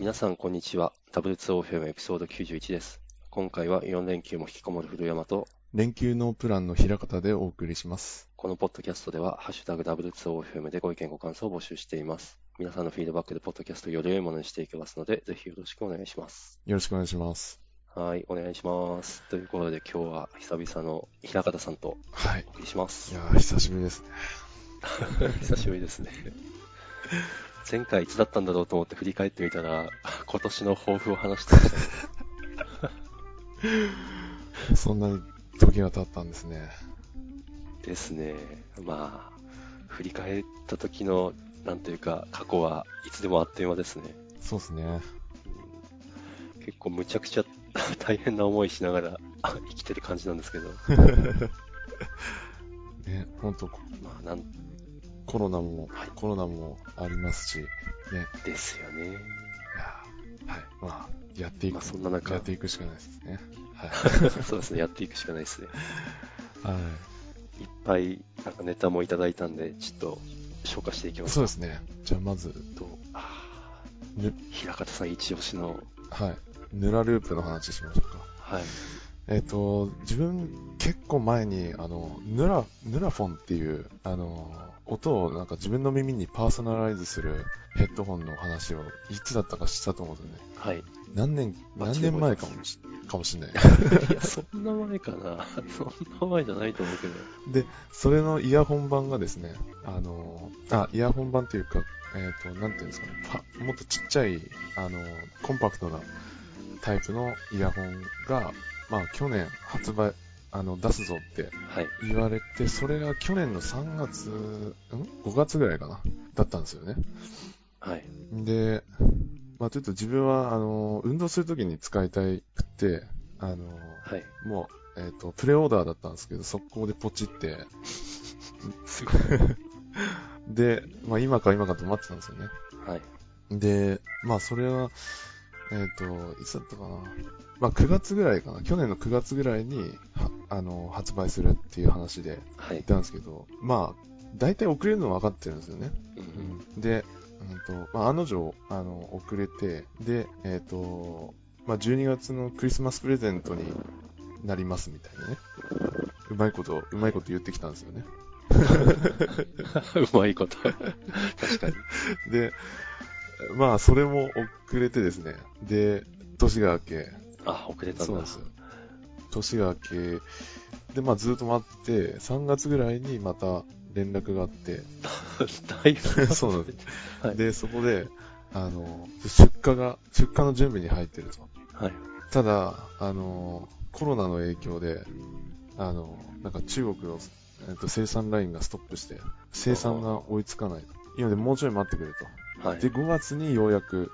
皆さん、こんにちは。W2OFM エピソード91です。今回は4連休も引きこもる古山と、 連休のプランの平方でお送りします。 このポッドキャストでは、ハッシュタグ W2OFM でご意見ご感想を募集しています。皆さんのフィードバックでポッドキャストをより良いものにしていきますので、ぜひよろしくお願いします。 よろしくお願いします。 はい、お願いします。ということで、今日は久々の平方さんとはい。 お送りします。 いやー、久しぶりですね。 久しぶりですね。前回いつだったんだろうと思って振り返ってみたら、今年の抱負を話してましたね。 そんなに時が経ったんですね。 ですね。まあ、振り返った時の、なんというか、過去はいつでもあっという間ですね。 そうですね。 結構むちゃくちゃ大変な思いしながら生きてる感じなんですけど。 ね、ほんと、 まあ、 コロナも、 はい、 コロナもありますし、ね。 ですよね。 いやー、はい。まあ、やっていく、 まあ、そんな中、 やっていくしかないですね。はそうですね、やっていくしかないですね。 い。はいっぱいなんかネタもいただいたんで、ちょっと消化していきまい。 すか。 そうですね。じゃあまず、 平方さん一押しの、 はい。ヌラループの話しましょうか。 はい。 自分、結構前に、ヌラフォンっていう、音をなんか自分の耳にパーソナライズするヘッドホンの話を、いつだったかしたと思うんですよね。 はい。 何年前かもしれない。 いや、そんな前かな。そんな前じゃないと思うけど。 で、それのイヤホン版がですね、イヤホン版っていうか、なんていうんですかね、もっとちっちゃい、コンパクトなタイプのイヤホンが、まあ去年発売、出すぞって言われて、それが去年の3月、5月ぐらいかなだったんですよね。 はい。 で、まあちょっと自分は、運動するときに使いたくて、 はい。 もう、プレオーダーだったんですけど、速攻でポチって、 すごい。 で、まあ今か今かと待ってたんですよね。 はい。 で、まあそれは、いつだったかな。まあ9月ぐらいかな。去年の9月ぐらいに、発売するっていう話ではい。 言ったんですけど、まあ、大体遅れるのは分かってるんですよね。で、まあ、案の定、遅れて、で、まあ、12月のクリスマスプレゼントになりますみたいなね。うまいこと言ってきたんですよね。 うまいこと。確かに。 で、まあ、それも遅れてですね。で、年が明け。 あ、遅れたんだ。 そうなんですよ。年が明け。で、まあ、ずっと待って、3月ぐらいにまた連絡があって。 だいぶ。 そうなんです。 はい、 で、そこで、出荷の準備に入ってると。 はい。 ただ、コロナの影響で、なんか中国の、生産ラインがストップして、生産が追いつかないと。今でもうちょい待ってくれと。 はい、 で、5月にようやく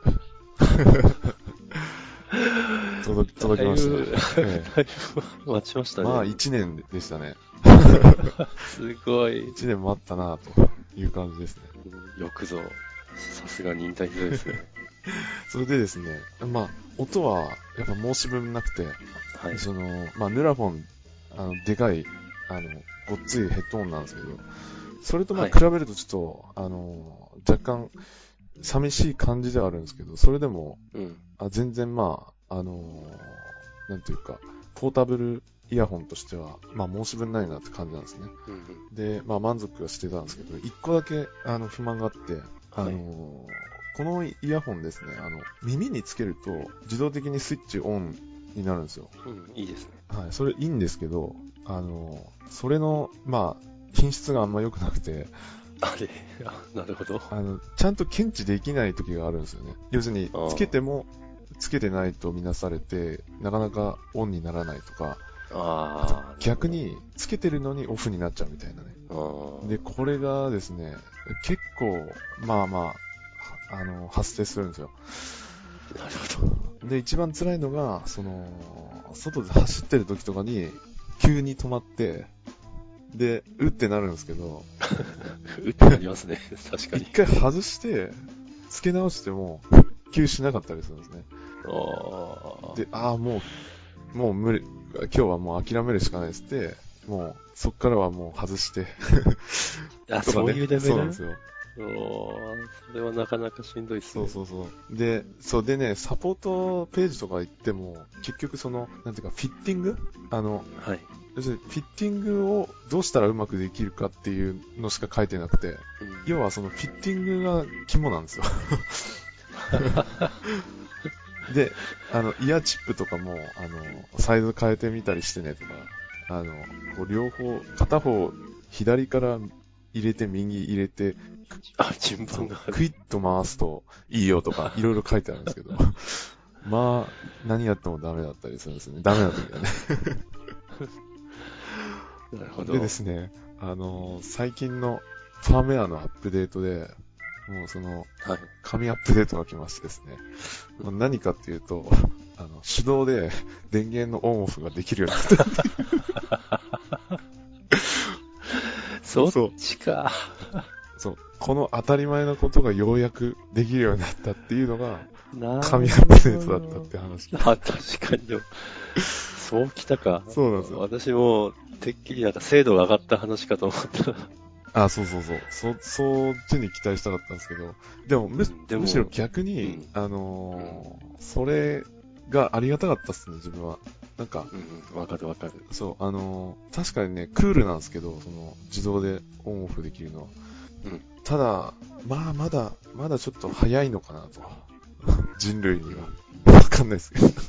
届きましたね。 だいぶ待ちましたね。 まあ、1年でしたね。 すごい。 1年待ったなという感じですね。 よくぞ。さすが忍耐強いですね。 それでですね、まあ、音はやっぱ申し分なくて、 はい。 まあ、ヌラフォン、でかい、ごっついヘッドホンなんですけど、それとまあはい比べるとちょっと、若干寂しい感じではあるんですけど、それでも、全然まあ、なんていうか、ポータブルイヤホンとしては、まあ申し分ないなって感じなんですね。で、まあ満足はしてたんですけど、一個だけ、不満があって、このイヤホンですね、耳につけると自動的にスイッチオンになるんですよ。 いいですね。 はい、それいいんですけど、それの、まあ、品質があんま良くなくて、 なるほど。 ちゃんと検知できない時があるんですよね。要するに、つけても、つけてないとみなされて、なかなかオンにならないとか、あと逆に、つけてるのにオフになっちゃうみたいなね。で、これがですね、結構、まあまあ、発生するんですよ。 なるほど。で、一番辛いのが、外で走ってる時とかに、急に止まって、で、うってなるんですけど、 うってなりますね。確かに。 一回外して、付け直しても、復旧しなかったりするんですね。で、もう無理、今日はもう諦めるしかないですって、もう、そっからはもう外してそういうレベル？ そうなんですよ。 それはなかなかしんどいっすね。 そう。でね、サポートページとか行っても、結局なんていうか、フィッティングはい。 要するに、フィッティングをどうしたらうまくできるかっていうのしか書いてなくて、要はフィッティングが肝なんですよ。で、イヤーチップとかも、サイズ変えてみたりしてねとか、こう両方、片方、左から入れて、右入れて、 順番がクイッと回すといいよとか、いろいろ書いてあるんですけど、まあ、何やってもダメだったりするんですよね。ダメな時はね。 なるほど。 でですね、最近のファームウェアのアップデートで、もう紙アップデートが来ましてですね、何かっていうと、手動で電源のオンオフができるようになった。 そっちか。 そう。この当たり前のことがようやくできるようになったっていうのが、紙アップデートだったって話。 確かに。そうきたか。 そうなんですよ。 私も、てっきりなんか精度が上がった話かと思った。 そう。そっちに期待したかったんですけど、でも、むしろ逆に、それがありがたかったっすね、自分は。なんか、 わかる。 そう、確かにね、クールなんですけど、自動でオンオフできるのは。ただ、まあ、まだちょっと早いのかなと。人類には。わかんないですけど。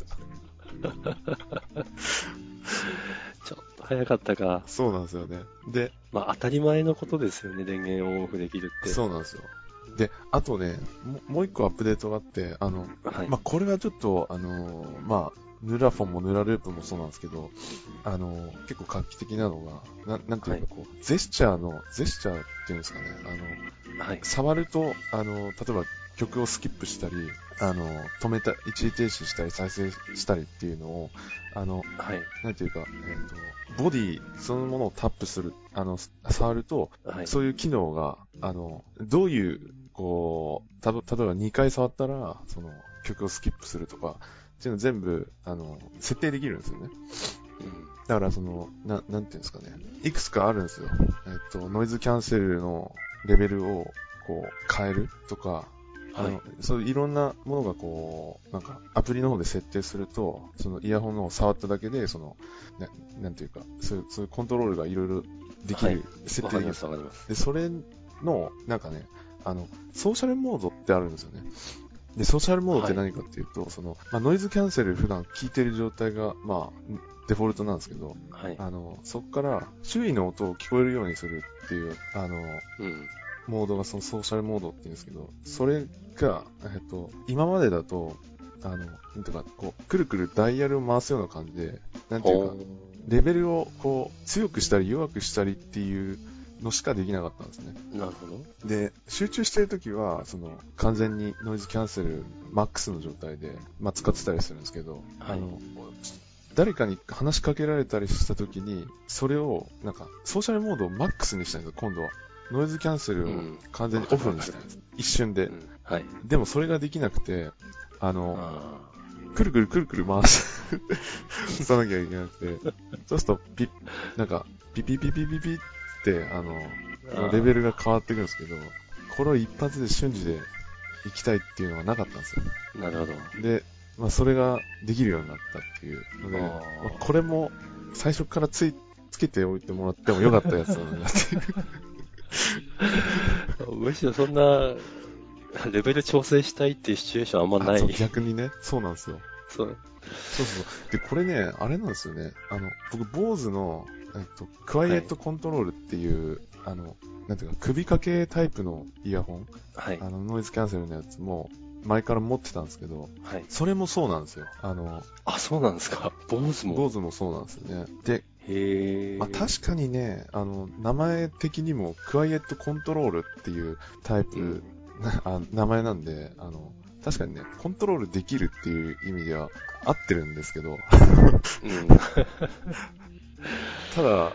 ちょっと早かったか。 そうなんですよね。で、 まあ当たり前のことですよね、電源をオンオフできるって。 そうなんですよ。で、あとね、もう一個アップデートがあって、まあ、これはちょっと、まあ、ヌラフォンもヌラループもそうなんですけど、結構画期的なのが、なんていうかこう、ジェスチャーっていうんですかね、触ると、例えば曲をスキップしたり、止めた、一時停止したり再生したりっていうのを、なんていうか、ボディそのものをタップする、触ると、そういう機能が、どういう、こう、例えば2回触ったら、曲をスキップするとか、っていうの全部、設定できるんですよね。だからなんていうんですかね。いくつかあるんですよ。ノイズキャンセルのレベルを、こう、変えるとか、そういういろんなものがこう、なんか、アプリの方で設定すると、イヤホンのを触っただけで、なんていうか、そういうコントロールがいろいろできる、設定できる。 わかります。 で、それの、なんかね、ソーシャルモードってあるんですよね。で、ソーシャルモードって何かっていうと、まあ、ノイズキャンセル普段聞いてる状態が、まあ、デフォルトなんですけど、そこから周囲の音を聞こえるようにするっていう、モードがソーシャルモードって言うんですけど、それが、今までだと、なんていうか、こう、くるくるダイヤルを回すような感じで、なんていうか、レベルをこう、強くしたり弱くしたりっていうのしかできなかったんですね。 なるほど。 で、集中してるときは、完全にノイズキャンセルマックスの状態で、まあ、使ってたりするんですけど、誰かに話しかけられたりしたときに、それを、なんか、ソーシャルモードをマックスにしたいんですよ、今度は。ノイズキャンセルを完全にオフにしたいんです。一瞬で。でもそれができなくて、くるくる回さなきゃいけなくて、そうすると、なんか、ピピって、レベルが変わってくるんですけど、これを一発で瞬時で行きたいっていうのがなかったんですよ。 なるほど。 で、まあそれができるようになったっていうので、まあ、これも最初からつけておいてもらってもよかったやつなんだっていう。 むしろそんな、レベル調整したいっていうシチュエーションあんまない。 逆にね、そうなんですよ。そう。で、これね、あれなんですよね。僕、BOSE の、クワイエットコントロールっていう、なんていうか、首掛けタイプのイヤホン、ノイズキャンセルのやつも、前から持ってたんですけど、それもそうなんですよ。 そうなんですか。 BOSE もそうなんですよね。で、まあ、確かにね、名前的にも、クワイエットコントロールっていうタイプ、名前なんで、確かにね、コントロールできるっていう意味では合ってるんですけど、ただ、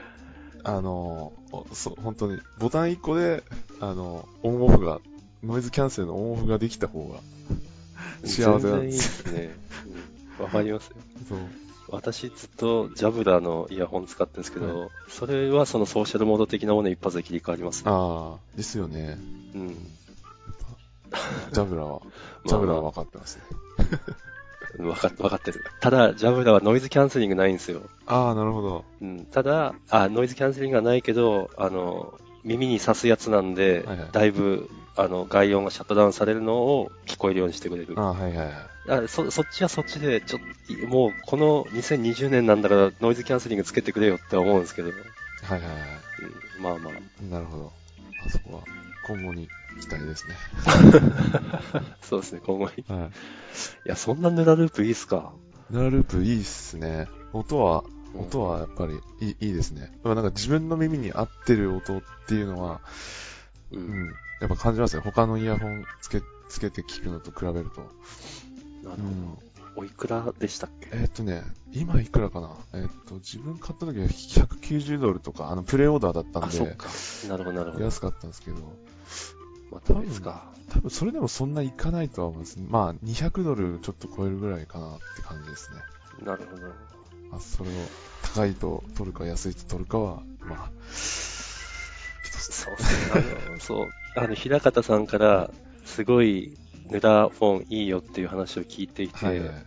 本当に、ボタン1個で、オンオフが、ノイズキャンセルのオンオフができた方が幸せなんです。 全然いいですね。わかりますよ。 そう。 私ずっとジャブラのイヤホン使ってるんですけど、それはそのソーシャルモード的なものに一発で切り替わりますね。 ああ、ですよね。 うん。 ジャブラは分かってますね。 分かってる。ただ、ジャブラはノイズキャンセリングないんですよ。 ああ、なるほど。 うん。ただ、ノイズキャンセリングがないけど、耳に刺すやつなんで、 はいはい、 だいぶ、外音がシャットダウンされるのを聞こえるようにしてくれる。 はいはいはい。 そっちはそっちで、もう、この2020年なんだから、ノイズキャンセリングつけてくれよって思うんですけど。 はいはいはい。 うん、まあまあ。 なるほど。あそこは、今後に期待ですね。 そうですね、今後に。 はい。 いや、そんなヌラループいいっすか？ ヌラループいいっすね。音はやっぱりいいですね。なんか自分の耳に合ってる音っていうのは、やっぱ感じますね。他のイヤホンつけて聞くのと比べると。 なるほど。おいくらでしたっけ？ 今いくらかな。自分買った時は$190とか、プレオーダーだったんで、 そっか。なるほど、なるほど。 安かったんですけど。 また別か。 多分それでもそんないかないとは思うんですね。まあ、$200ちょっと超えるぐらいかなって感じですね。 なるほど。 それを高いと取るか安いと取るかは、まあ、 そうですね。平方さんから、すごい、ヌラフォンいいよっていう話を聞いていて、はいはい、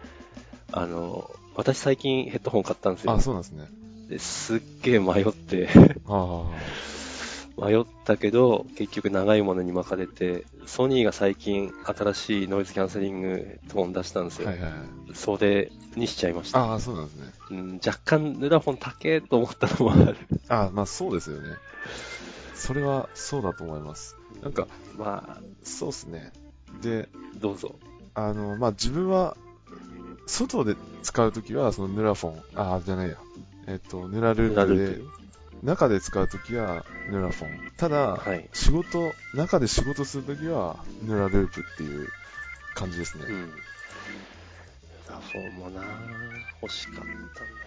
私最近ヘッドホン買ったんですよ。 そうなんですね。 ですっげえ迷って迷ったけど、結局長いものに巻かれて、ソニーが最近新しいノイズキャンセリングヘッドホン出したんですよ。はいはい、それにしちゃいました。 そうなんですね。 若干ヌラフォン高えと思ったのもある。 まあそうですよね。それはそうだと思います。なんか、まあ、そうですね。で、 どうぞ。 まあ自分は、外で使うときは、そのヌラフォン、じゃないや。ヌラループで、中で使うときはヌラフォン。ただ、はい、中で仕事するときはヌラループっていう感じですね。 ヌラフォンもな欲しかったんだけどな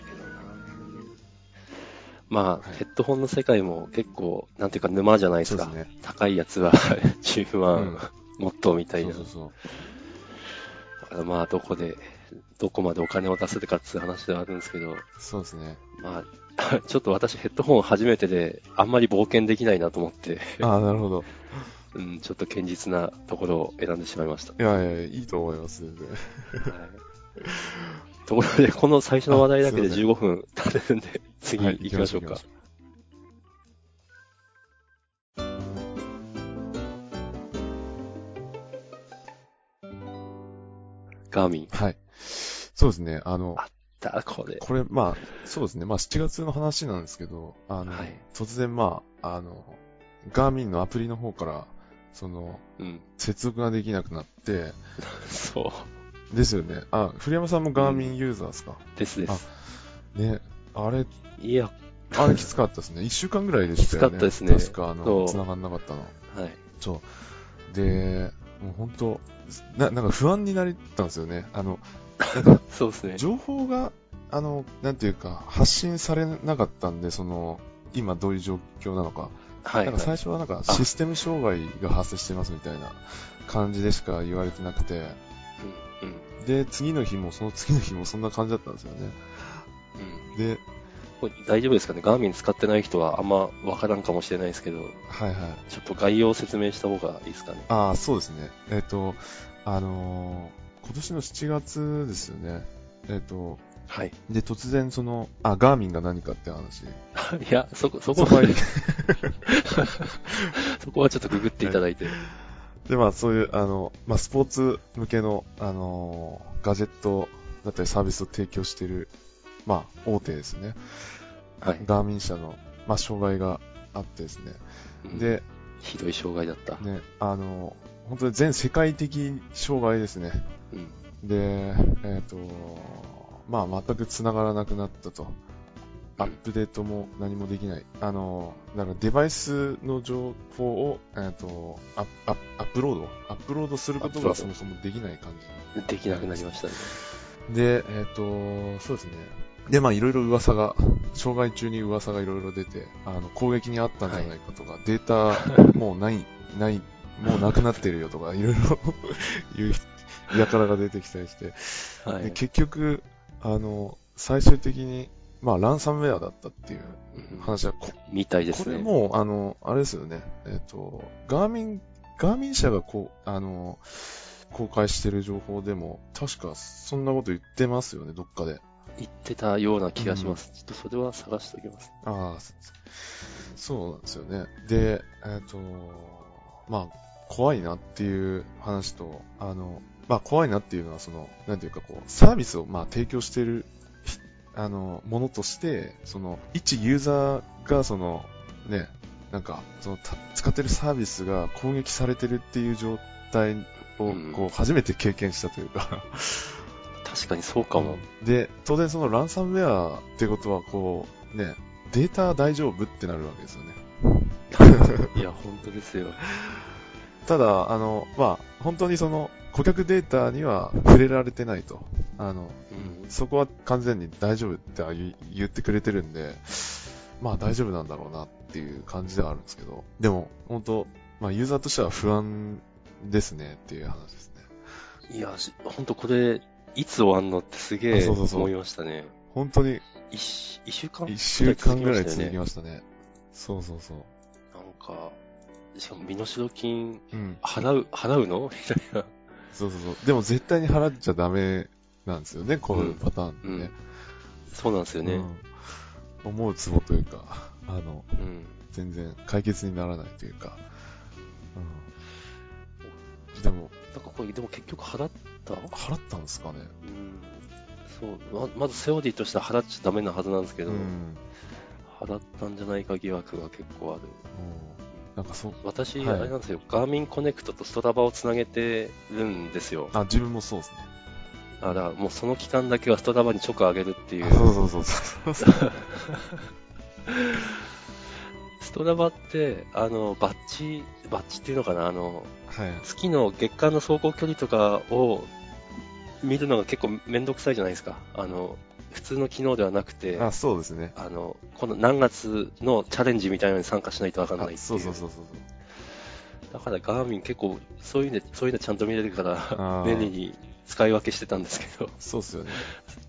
まあ、はい、ヘッドホンの世界も結構、なんていうか沼じゃないですか。そうですね、高いやつは10万、もっとみたいな。そうだからまあ、どこまでお金を出せるかっていう話ではあるんですけど。 そうですね。 まあ、ちょっと私ヘッドホン初めてで、あんまり冒険できないなと思って。 なるほど。 ちょっと堅実なところを選んでしまいました。 いや、いいと思います。はい。 ところで、この最初の話題だけで15分経てるんで、次行きましょうか。はい、ガーミン。 はい。そうですね。 あったこれ、まあ、そうですね。まあ、7月の話なんですけど、はい、突然、まあ、ガーミンのアプリの方から、接続ができなくなって、 そう。 ですよね。古山さんもガーミンユーザーですか？ です。 ね、あれきつかったですね。1週間ぐらいでしたよね。 きつかったですね。 確か、繋がんなかったの。 はい。 そう。で、もう本当なんか不安になったんですよね。なんか、 そうですね。 情報が、なんていうか、発信されなかったんで、今どういう状況なのか。はい、なんか最初はなんかシステム障害が発生してますみたいな感じでしか言われてなくて、で、次の日もその次の日もそんな感じだったんですよね。で、 これ大丈夫ですかね？ガーミン使ってない人はあんまわからんかもしれないですけど、 はいはい。 ちょっと概要を説明した方がいいですかね？ そうですね。今年の7月ですよね。 はい。 で、突然ガーミンが何かって話。 いや、そこはそこはちょっとググっていただいて。はい、 で、まあ、そういう、スポーツ向けの、ガジェットだったりサービスを提供している、まあ、大手ですね。はい。ガーミン社の、障害があってですね。で、 ひどい障害だった。 ね、本当に全世界的障害ですね。で、全く繋がらなくなったと。アップデートも何もできない。だからデバイスの情報を、アップロードすることがそもそもできない感じ。できなくなりましたね。 で、そうですね。で、いろいろ障害中に噂がいろいろ出て、攻撃にあったんじゃないかとか、はい、データもうもうなくなってるよとか、いろいろいう輩が出てきたりして、はい、で結局、 最終的に、まあ、ランサムウェアだったっていう話は、 みたいですね。 これもあれですよね。ガーミン社が公開してる情報でも、確かそんなこと言ってますよね、どっかで。 言ってたような気がします。ちょっとそれは探しておきます。 ああ、そうなんですよね。で、まあ、怖いなっていう話と、まあ、怖いなっていうのは、なんていうかサービスを、まあ、提供している、ものとして、一ユーザーが、ね、なんか、使ってるサービスが攻撃されてるっていう状態を、初めて経験したというか確かにそうかも。 で、当然ランサムウェアってことは、ね、データ大丈夫ってなるわけですよね。 いや、本当ですよ。 ただ、まあ、本当に顧客データには触れられてないと。そこは完全に大丈夫って言ってくれてるんで、まあ大丈夫なんだろうなっていう感じではあるんですけど、でも、本当、まあユーザーとしては不安ですねっていう話ですね。 いや、本当これ、いつ終わんのってすげえ思いましたね。 本当に。 一週間ぐらい続きましたね。そうそうそう。 なんか、しかも身代金、払うのみたいな。 そうそうそう。でも絶対に払っちゃダメなんですよね、こういうパターンね。 そうなんですよね。 思うツボというか、全然解決にならないというか。でも、 なんかでも結局払ったんですかね。 そう、まずセオリーとしては払っちゃダメなはずなんですけど、払ったんじゃないか疑惑が結構ある。 なんか私、あれなんですよ、ガーミンコネクトとストラバをつなげてるんですよ。 自分もそうですね。 だからもうその期間だけはストラバに直上げるっていう。 そう。 ストラバって、バッジっていうのかな、月の月間の走行距離とかを見るのが結構めんどくさいじゃないですか。普通の機能ではなくて、 そうですね。 この何月のチャレンジみたいなのに参加しないとわかんないっていう。 そう。 だからガーミン結構そういうのちゃんと見れるから便利に使い分けしてたんですけど。 そうっすよね。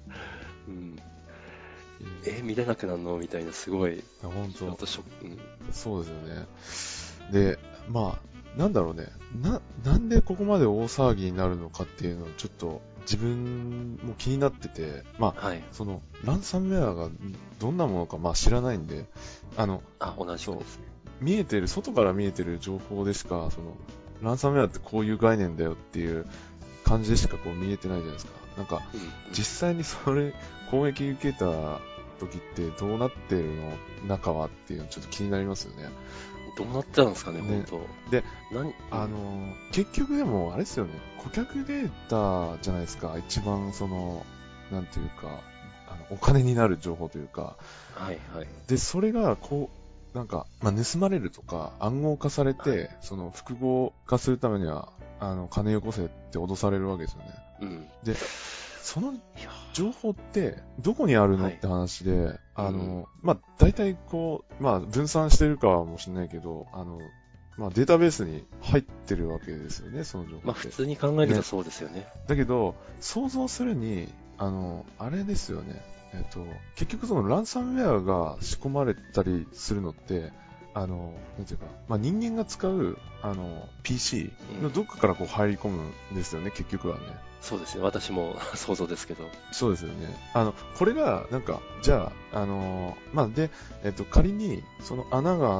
見れなくなるのみたいな、すごい。 本当。 ショック。 そうですよね。で、まあ、なんだろうね。なんでここまで大騒ぎになるのかっていうのをちょっと自分も気になってて、まあ、ランサムウェアがどんなものかまあ知らないんで、 同じくですね。外から見えてる情報でしか、ランサムウェアってこういう概念だよっていう感じでしか見えてないじゃないですか。なんか、実際に攻撃受けた時ってどうなってるの中はっていうのちょっと気になりますよね。 どうなってたんですかね、本当。 で、結局でも、あれですよね、顧客データじゃないですか、一番なんていうか、お金になる情報というか、で、それが、なんか、まあ、盗まれるとか、暗号化されて、複合化するためには、金よこせって脅されるわけですよね。で、その情報ってどこにあるのって話で、まあ、大体まあ、分散してるかもしれないけど、まあ、データベースに入ってるわけですよね、その情報って。 まあ、普通に考えるとそうですよね。 だけど、想像するに、あれですよね。結局ランサムウェアが仕込まれたりするのって、なんていうか、まあ、人間が使う、PC のどっかから入り込むんですよね、結局はね。 そうですね、私も想像ですけど。 そうですよね。これが、なんか、じゃあ、まあ、で、仮に、穴があって、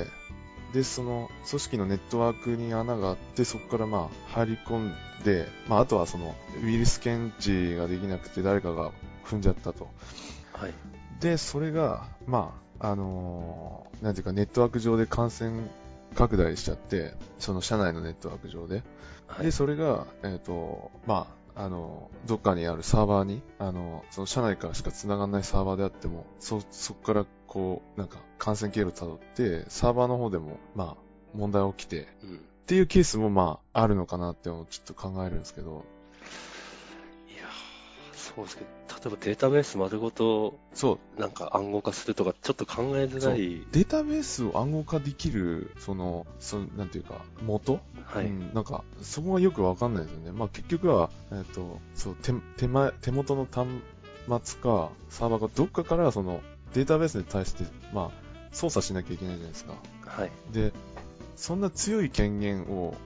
で、組織のネットワークに穴があって、そこからまあ、入り込んで、まあ、あとはウイルス検知ができなくて誰かが踏んじゃったと。 はい。 で、それが、まあ、なんていうか、ネットワーク上で感染拡大しちゃって、社内のネットワーク上で。はい、で、それが、まあ、どっかにあるサーバーに、社内からしか繋がんないサーバーであっても、そこからなんか、感染経路辿って、サーバーの方でも、まあ、問題起きて、っていうケースもまあ、あるのかなってちょっと考えるんですけど。 いやー、そうですけど、例えばデータベース丸ごと、なんか暗号化するとか、ちょっと考えづらい。 データベースを暗号化できる、なんていうか、元はい。 なんか、そこがよくわかんないですよね。まあ結局は、手元の端かサーバーかどっかからそのデータベースに対して、まあ、操作しなきゃいけないじゃないですか。 はい。 で、そんな強い権限を、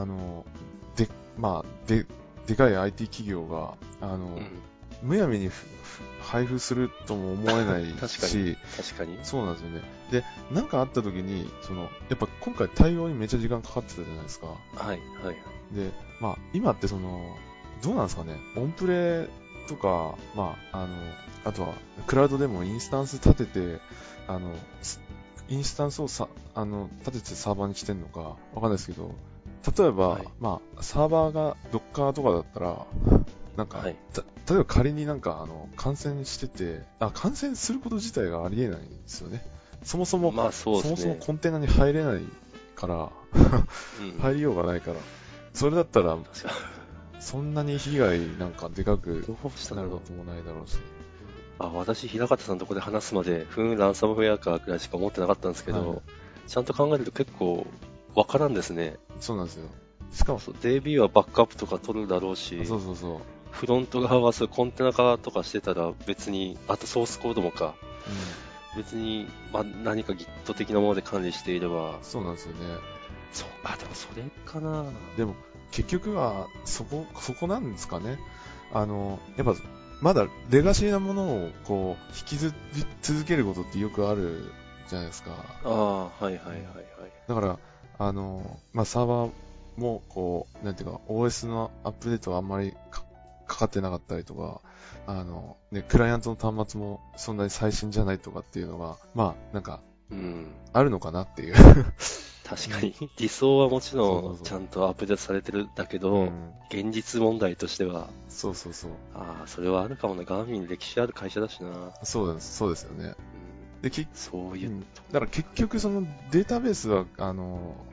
でかい IT 企業が、むやみに配布するとも思えないし、 確かに。 そうなんですよね。で、なんかあった時に、やっぱ今回対応にめっちゃ時間かかってたじゃないですか。 はい、はい。 で、まあ、今ってどうなんですかね、オンプレとか、あとは、クラウドでもインスタンス立てて、インスタンスを立ててサーバーに来てんのか、わかんないですけど、例えば、はい、サーバーがドッカーとかだったら、なんか、はい、例えば仮に感染してて、感染すること自体がありえないんですよね。そもそもコンテナに入れないから、入りようがないから、それだったら、そんなに被害なんかでかくなることもないだろうし。 私、平方さんのとこで話すまで、ランサムウェアかくらいしか思ってなかったんですけど、はい、ちゃんと考えると結構、わからんですね。 そうなんですよ。しかも、 DB はバックアップとか取るだろうし、 そう。 フロント側はそういうコンテナ化とかしてたら別に、あとソースコードもか、別に、何か Git 的なもので管理していれば。 そうなんですよね。 でもそれかな。 でも、結局は、そこなんですかね。やっぱ、まだレガシーなものをこう引きずり続けることってよくあるじゃないですか。 はい。 だから、サーバーもこう、なんていうか、OS のアップデートはあんまりかかってなかったりとか、クライアントの端末もそんなに最新じゃないとかっていうのが、あるのかなっていう。 確かに。理想はもちろんちゃんとアップデートされてるんだけど、現実問題としては。 そう。 それはあるかもな。ガーミン歴史ある会社だしな。 そうですよね。 そういう、 だから結局そのデータベースは、